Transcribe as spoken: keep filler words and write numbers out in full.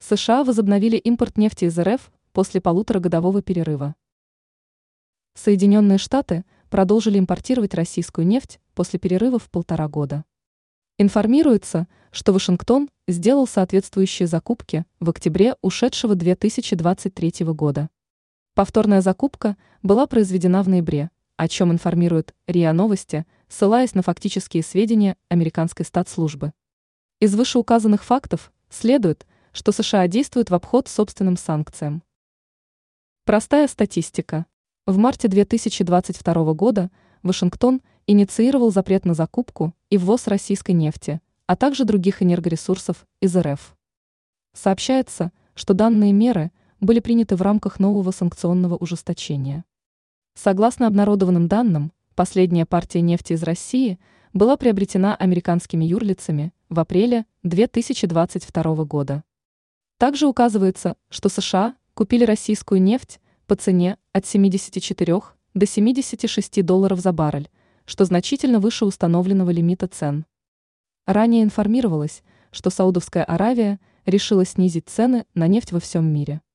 США возобновили импорт нефти из РФ после полуторагодового перерыва. Соединенные Штаты продолжили импортировать российскую нефть после перерыва в полтора года. Информируется, что Вашингтон сделал соответствующие закупки в октябре ушедшего две тысячи двадцать третьего года. Повторная закупка была произведена в ноябре, о чем информирует РИА Новости, ссылаясь на фактические сведения американской статслужбы. Из вышеуказанных фактов следует, что США действуют в обход собственным санкциям. Простая статистика. В марте две тысячи двадцать второго года Вашингтон инициировал запрет на закупку и ввоз российской нефти, а также других энергоресурсов из РФ. Сообщается, что данные меры были приняты в рамках нового санкционного ужесточения. Согласно обнародованным данным, последняя партия нефти из России была приобретена американскими юрлицами в апреле две тысячи двадцать второго года. Также указывается, что США купили российскую нефть по цене от семидесяти четырёх до семидесяти шести долларов за баррель, что значительно выше установленного лимита цен. Ранее информировалось, что Саудовская Аравия решила снизить цены на нефть во всем мире.